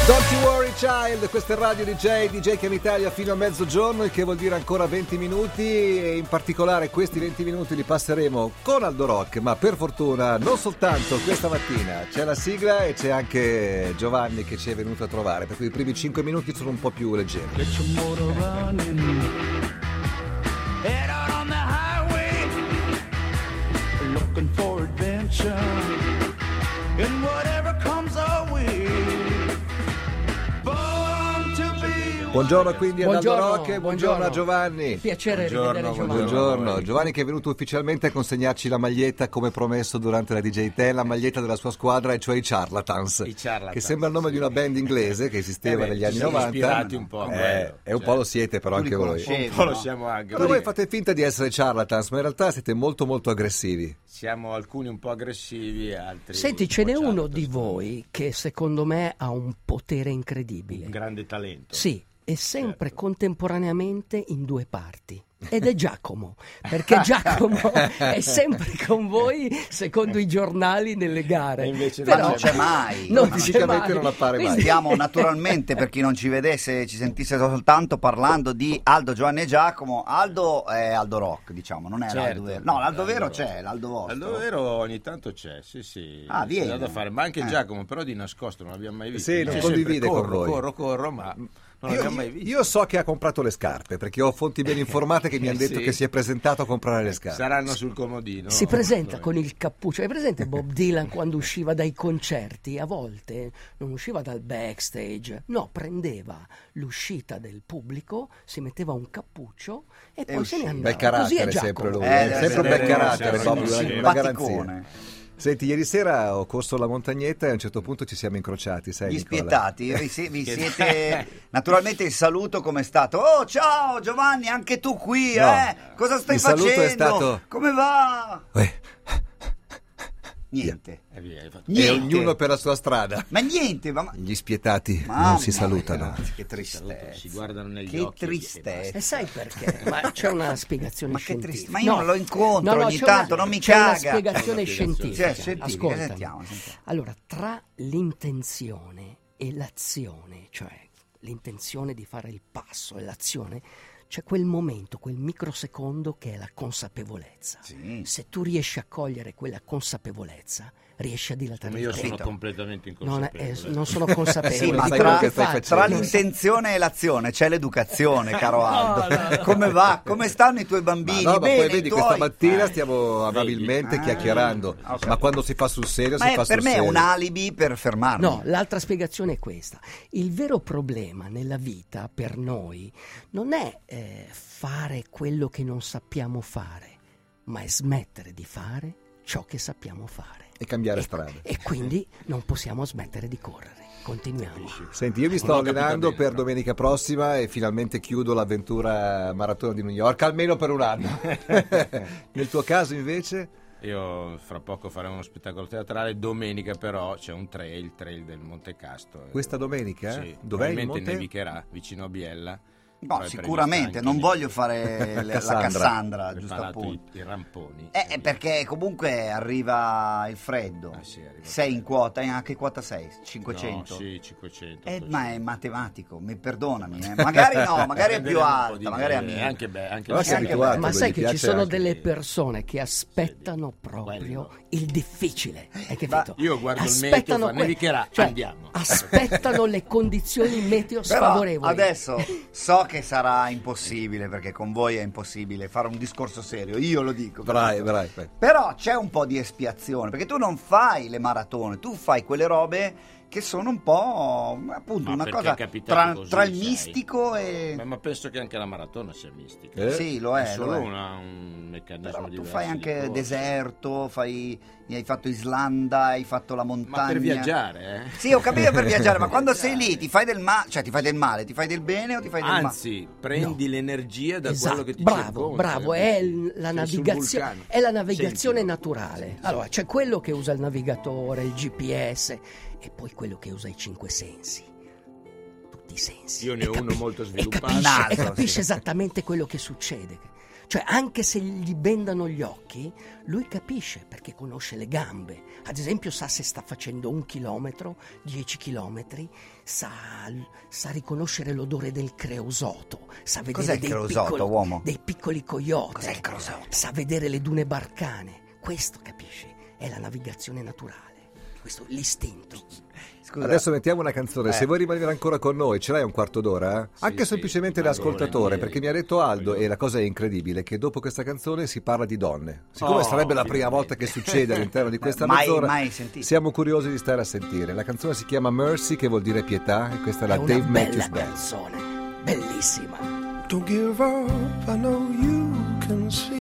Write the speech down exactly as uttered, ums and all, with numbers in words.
Don't you worry child, questo è Radio D J, D J che in Italia fino a mezzogiorno, il che vuol dire ancora venti minuti, e in particolare questi venti minuti li passeremo con Aldo Rock, ma per fortuna non soltanto questa mattina, c'è la sigla e c'è anche Giovanni che ci è venuto a trovare, per cui i primi cinque minuti sono un po' più leggeri. Get your motor running, head out on the highway, looking for adventure, and whatever comes our way. Buongiorno quindi a Aldo Buongiorno, Rock, buongiorno, buongiorno a Giovanni. Piacere buongiorno, rivedere Giovanni. Buongiorno, Giovanni che è venuto ufficialmente a consegnarci la maglietta come promesso durante la D J Ten, la maglietta della sua squadra, e cioè i Charlatans, I Charlatans, che sembra il nome di una band inglese che esisteva eh beh, negli anni siamo novanta. ispirati un po', eh, e un cioè, po' lo siete però anche voi. Un po' lo siamo anche. Però voi fate finta di essere Charlatans, ma in realtà siete molto molto aggressivi. Siamo alcuni un po' aggressivi, altri. Senti, ce n'è uno di voi che secondo me ha un potere incredibile. Un grande talento. Sì, e sempre certo. Contemporaneamente in due parti. Ed è Giacomo, perché Giacomo è sempre con voi secondo i giornali nelle gare. E invece però non c'è mai, non c'è fisicamente mai. non appare mai. Quindi- Stiamo naturalmente, per chi non ci vedesse, ci sentisse soltanto, parlando di Aldo, Giovanni e Giacomo. Aldo è Aldo Rock, diciamo, non è Certo. l'Aldo vero. No, l'Aldo Aldo vero Rock. c'è, l'Aldo vostro. Aldo vero ogni tanto c'è, sì sì. Ah, viene. C'è da fare, ma anche Eh. Giacomo, però di nascosto non l'abbiamo mai visto. Sì, non Dice condivide sempre, con corro, voi. Corro, corro, ma non Io, l'abbiamo mai visto. io so che ha comprato le scarpe, perché ho fonti ben informate che mi hanno detto Sì. che si è presentato a comprare le scarpe. Saranno sul comodino. Si presenta No, con il cappuccio. Hai presente Bob Dylan quando usciva dai concerti? A volte non usciva dal backstage, no, prendeva l'uscita del pubblico, si metteva un cappuccio e, E poi se ne usciva. andava. Bel carattere Così è sempre Giacomo. lui, Eh, è deve sempre un bel essere- carattere, deve proprio essere una, un una garanzia. Simpaticone. Senti, ieri sera ho corso la montagnetta e a un certo punto ci siamo incrociati, sai Gli Nicola? spietati, vi, si- vi siete. Naturalmente il saluto com'è stato? Oh, ciao Giovanni, anche tu qui, No. eh? Cosa stai Il saluto facendo? è stato- Come va? Uè, Niente. E via, hai fatto- e Niente. ognuno per la sua strada. Ma niente, ma. Gli spietati Mamma non si salutano. ragazzi, che Si tristezza. guardano negli Che occhi. tristezza. E sai perché? Ma c'è una spiegazione Ma che scientifica. triste, ma io non lo incontro no, no, ogni c'è tanto, una- non mi c'è caga. una spiegazione C'è una scientifica. spiegazione. Cioè, sentiamo, Ascoltami. sentiamo, sentiamo. Allora, tra l'intenzione e l'azione, cioè l'intenzione di fare il passo e l'azione, c'è quel momento, quel microsecondo che è la consapevolezza. Sì. Se tu riesci a cogliere quella consapevolezza, riesci a dilatare Come il io sono tempo. completamente Non, è- inconsapevole. eh, non sono consapevole Sì, ma di sai quello quello che che stai faccio. facendo. Tra l'intenzione e l'azione c'è l'educazione, caro Aldo. no, no. Come va? Come stanno i tuoi Ma bambini? no, ma Bene, poi i vedi, tuoi? questa mattina Eh. stiamo amabilmente Ah, chiacchierando, ok. ma quando si fa sul serio Ma si è- fa per sul me è serio. un alibi per fermarmi. No, l'altra spiegazione è questa. Il vero problema nella vita per noi non è eh, fare quello che non sappiamo fare, ma è smettere di fare ciò che sappiamo fare. E cambiare E- strada. E quindi non possiamo smettere di correre. Continuiamo. Senti, io mi sto Non ho capito allenando bene, per però. domenica prossima e finalmente chiudo l'avventura maratona di New York, almeno per un anno. Nel tuo caso invece? Io fra poco faremo uno spettacolo teatrale, domenica però c'è un trail, il trail del Monte Casto. Questa domenica? Sì, Dov'è il probabilmente monte? nevicherà vicino a Biella. No, Poi è sicuramente, prevista non anche voglio fare le- la Cassandra. Cassandra, nel- giusto preparato appunto. i, i ramponi. Eh, eh, perché comunque arriva il freddo. Ah, sì, arriva il sei in freddo. quota, eh, a che quota sei? cinquecento? No, sì, cinquecento. Eh, così. ma è matematico, mi perdonami. eh. Magari no, magari è più Vedremo un po' alta, di magari è a me, mille. anche beh, anche Però la- sei anche abituato. Ma lui sai gli che ci piace sono anche- delle persone che aspettano proprio quello. il difficile. Hai Ma capito? io guardo il meteo, Aspettano fa, que- nevicherà, cioè, andiamo. Aspettano le condizioni meteo Però sfavorevoli. adesso so che sarà impossibile, perché con voi è impossibile fare un discorso serio, io lo dico. Vai, vai, vai. Però c'è un po' di espiazione, perché tu non fai le maratone, tu fai quelle robe che sono un po' appunto Ma una perché cosa è capitato tra, così, tra il sai? mistico e... Ma, ma penso che anche la maratona sia mistica. Eh? Sì, lo è, è solo lo è. una- un meccanismo Però tu diverso fai di anche corsa. deserto, fai, hai fatto Islanda, hai fatto la montagna. Ma per viaggiare, eh? Sì, ho capito per viaggiare, ma quando sei lì ti fai del male, cioè ti fai del male, ti fai del bene o ti fai del male? Anzi, prendi l'energia da Esatto, quello che ti bravo, circonda, bravo, capito? è il- la Sei sul navigazione, vulcano. è la navigazione Sentilo. naturale. Allora, c'è quello che usa il navigatore, il G P S e poi quello che usa i cinque sensi. Tutti i sensi. Io ne E ho uno molto e sviluppato. capisce, Naso, e capisce sì. esattamente quello che succede. Cioè, anche se gli bendano gli occhi, lui capisce perché conosce le gambe. Ad esempio, sa se sta facendo un chilometro, dieci chilometri, sa, sa riconoscere l'odore del creosoto, sa vedere Cos'è il dei, creosoto, piccoli, uomo? dei piccoli coyote. Cos'è il creosoto? Sa vedere le dune barcane. Questo, capisci, è la navigazione naturale. Questo è l'istinto. Scusa. Adesso mettiamo una canzone, Eh. se vuoi rimanere ancora con noi, ce l'hai un quarto d'ora? Sì, Anche sì, semplicemente ma l'ascoltatore, volentieri. perché mi ha detto Aldo, e la cosa è incredibile, che dopo questa canzone si parla di donne. Siccome Oh, sarebbe la prima finalmente. volta che succede all'interno di questa Mai- mezz'ora, mai sentito. siamo curiosi di stare a sentire. La canzone si chiama Mercy, che vuol dire pietà, e questa è la È una Dave bella Matthews Band. canzone, bellissima. Don't give up, I know you can see.